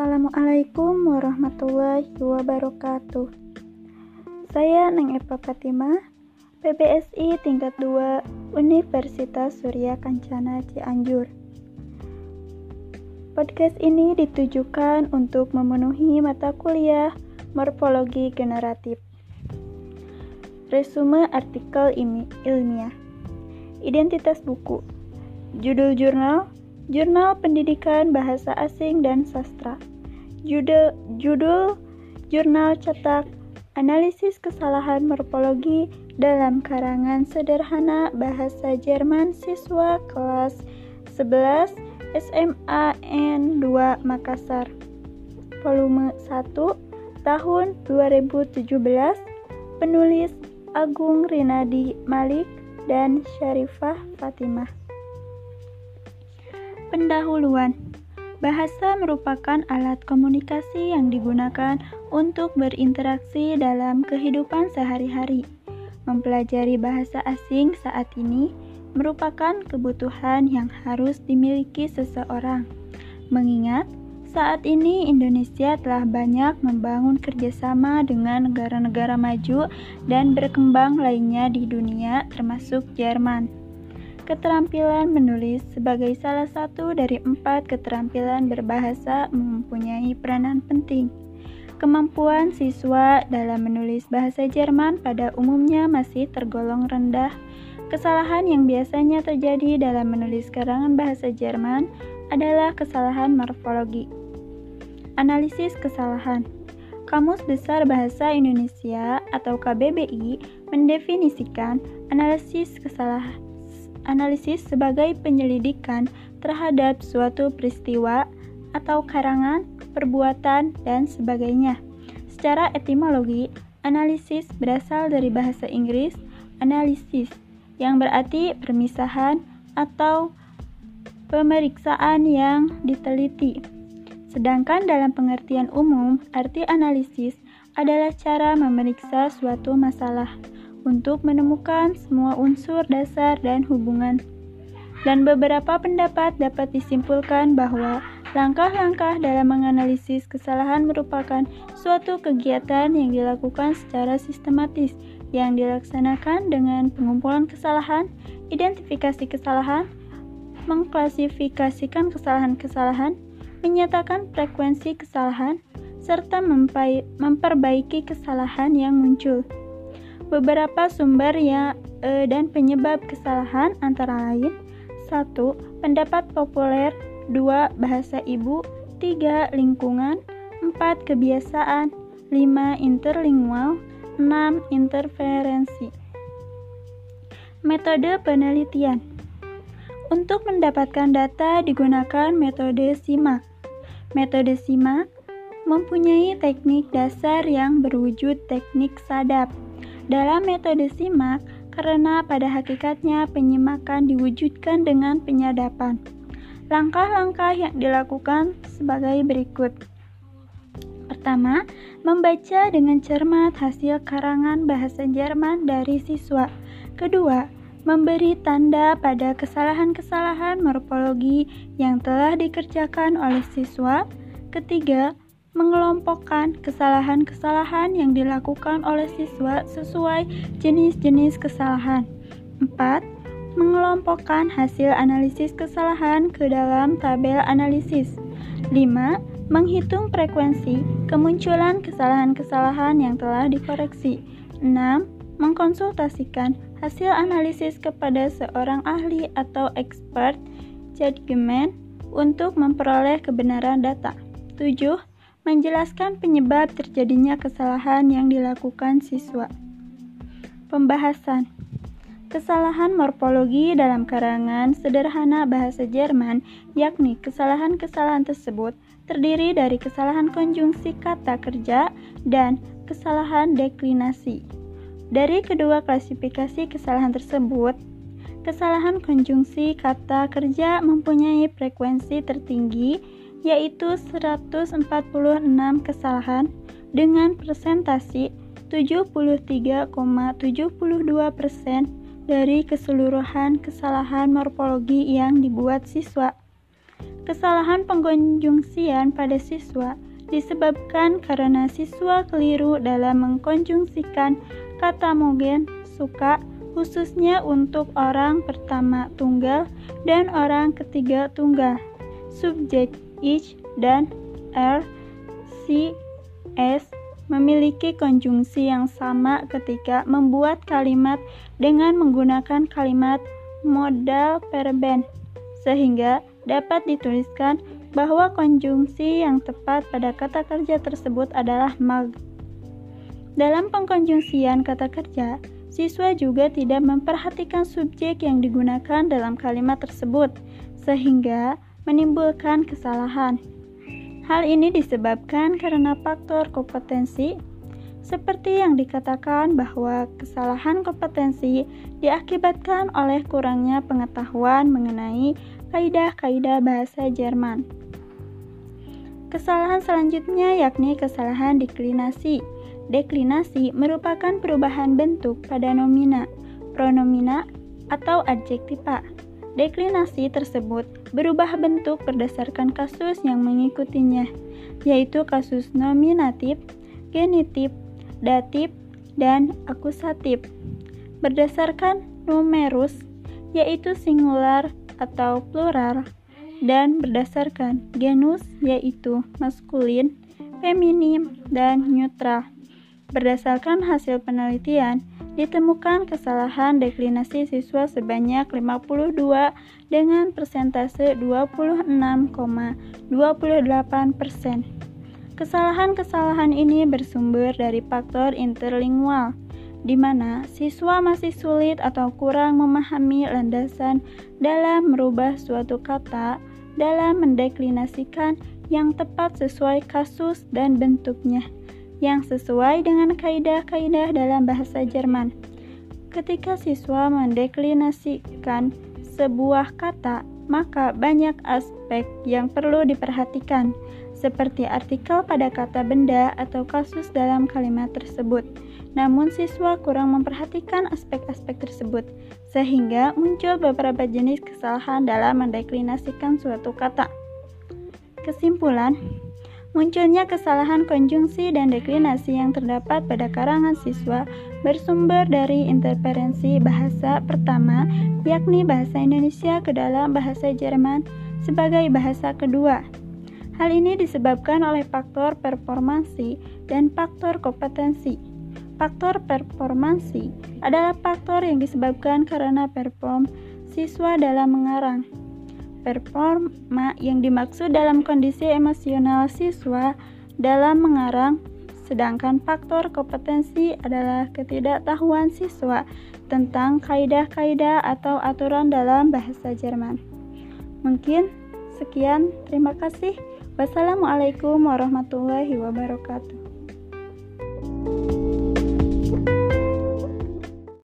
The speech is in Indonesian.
Assalamualaikum warahmatullahi wabarakatuh. Saya Neng Eva Fatimah, PPSI tingkat 2 Universitas Surya Kencana Cianjur. Podcast ini ditujukan untuk memenuhi mata kuliah morfologi generatif. Resume artikel ilmiah. Identitas buku. Judul jurnal, Jurnal Pendidikan Bahasa Asing dan Sastra. Judul jurnal cetak, Analisis Kesalahan Morfologi dalam Karangan Sederhana Bahasa Jerman Siswa Kelas 11 SMA N2 Makassar. Volume 1 tahun 2017. Penulis Agung Rinadi Malik dan Syarifah Fatimah. Pendahuluan. Bahasa merupakan alat komunikasi yang digunakan untuk berinteraksi dalam kehidupan sehari-hari. Mempelajari bahasa asing saat ini merupakan kebutuhan yang harus dimiliki seseorang. Mengingat saat ini Indonesia telah banyak membangun kerjasama dengan negara-negara maju dan berkembang lainnya di dunia, termasuk Jerman. Keterampilan menulis sebagai salah satu dari 4 keterampilan berbahasa mempunyai peranan penting. Kemampuan siswa dalam menulis bahasa Jerman pada umumnya masih tergolong rendah. Kesalahan yang biasanya terjadi dalam menulis karangan bahasa Jerman adalah kesalahan morfologi. Analisis kesalahan. Kamus Besar Bahasa Indonesia atau KBBI mendefinisikan analisis sebagai penyelidikan terhadap suatu peristiwa atau karangan, perbuatan, dan sebagainya. Secara etimologi, analisis berasal dari bahasa Inggris analisis, yang berarti permisahan atau pemeriksaan yang diteliti. Sedangkan dalam pengertian umum, arti analisis adalah cara memeriksa suatu masalah untuk menemukan semua unsur dasar dan hubungan. Dan beberapa pendapat dapat disimpulkan bahwa langkah-langkah dalam menganalisis kesalahan merupakan suatu kegiatan yang dilakukan secara sistematis, yang dilaksanakan dengan pengumpulan kesalahan, identifikasi kesalahan, mengklasifikasikan kesalahan-kesalahan, menyatakan frekuensi kesalahan, serta memperbaiki kesalahan yang muncul. Beberapa sumber dan penyebab kesalahan antara lain: 1. Pendapat populer, 2. Bahasa ibu, 3. Lingkungan, 4. Kebiasaan, 5. Interlingual, 6. Interferensi. Metode penelitian. Untuk mendapatkan data digunakan metode SIMAK. Metode SIMAK mempunyai teknik dasar yang berwujud teknik sadap. Dalam metode SIMAK, karena pada hakikatnya penyimakan diwujudkan dengan penyadapan. Langkah-langkah yang dilakukan sebagai berikut. Pertama, membaca dengan cermat hasil karangan bahasa Jerman dari siswa. Kedua, memberi tanda pada kesalahan-kesalahan morfologi yang telah dikerjakan oleh siswa. Ketiga, mengelompokkan kesalahan-kesalahan yang dilakukan oleh siswa sesuai jenis-jenis kesalahan. 4. Mengelompokkan hasil analisis kesalahan ke dalam tabel analisis. 5. Menghitung frekuensi kemunculan kesalahan-kesalahan yang telah dikoreksi. 6. Mengkonsultasikan hasil analisis kepada seorang ahli atau expert judgment untuk memperoleh kebenaran data. 7. Menjelaskan penyebab terjadinya kesalahan yang dilakukan siswa. Pembahasan. Kesalahan morfologi dalam karangan sederhana bahasa Jerman, yakni kesalahan-kesalahan tersebut terdiri dari kesalahan konjungsi kata kerja dan kesalahan deklinasi. Dari kedua klasifikasi kesalahan tersebut, kesalahan konjungsi kata kerja mempunyai frekuensi tertinggi, yaitu 146 kesalahan dengan persentase 73,72% dari keseluruhan kesalahan morfologi yang dibuat siswa. Kesalahan pengkonjungsian pada siswa disebabkan karena siswa keliru dalam mengkonjungsikan kata mogen suka, khususnya untuk orang pertama tunggal dan orang ketiga tunggal. Subjek ich dan er, si, es memiliki konjungsi yang sama ketika membuat kalimat dengan menggunakan kalimat modal verben, sehingga dapat dituliskan bahwa konjungsi yang tepat pada kata kerja tersebut adalah mag. Dalam pengkonjungsian kata kerja, siswa juga tidak memperhatikan subjek yang digunakan dalam kalimat tersebut, sehingga menimbulkan kesalahan. Hal ini disebabkan karena faktor kompetensi, seperti yang dikatakan bahwa kesalahan kompetensi diakibatkan oleh kurangnya pengetahuan mengenai kaidah-kaidah bahasa Jerman. Kesalahan selanjutnya yakni kesalahan deklinasi. Deklinasi merupakan perubahan bentuk pada nomina, pronomina, atau adjektiva. Deklinasi tersebut berubah bentuk berdasarkan kasus yang mengikutinya, yaitu kasus nominatif, genitif, datif, dan akusatif. Berdasarkan numerus, yaitu singular atau plural, dan berdasarkan genus, yaitu maskulin, feminim, dan neutral. Berdasarkan hasil penelitian, ditemukan kesalahan deklinasi siswa sebanyak 52 dengan persentase 26,28%. Kesalahan-kesalahan ini bersumber dari faktor interlingual, di mana siswa masih sulit atau kurang memahami landasan dalam merubah suatu kata dalam mendeklinasikan yang tepat sesuai kasus dan bentuknya, yang sesuai dengan kaidah-kaidah dalam bahasa Jerman. Ketika siswa mendeklinasikan sebuah kata, maka banyak aspek yang perlu diperhatikan, seperti artikel pada kata benda atau kasus dalam kalimat tersebut. Namun siswa kurang memperhatikan aspek-aspek tersebut, sehingga muncul beberapa jenis kesalahan dalam mendeklinasikan suatu kata. Kesimpulan, munculnya kesalahan konjungsi dan deklinasi yang terdapat pada karangan siswa bersumber dari interferensi bahasa pertama, yakni bahasa Indonesia ke dalam bahasa Jerman sebagai bahasa kedua. Hal ini disebabkan oleh faktor performansi dan faktor kompetensi. Faktor performansi adalah faktor yang disebabkan karena perform siswa dalam mengarang. Performa yang dimaksud dalam kondisi emosional siswa dalam mengarang, sedangkan faktor kompetensi adalah ketidaktahuan siswa tentang kaidah-kaidah atau aturan dalam bahasa Jerman. Mungkin sekian, terima kasih. Wassalamualaikum warahmatullahi wabarakatuh.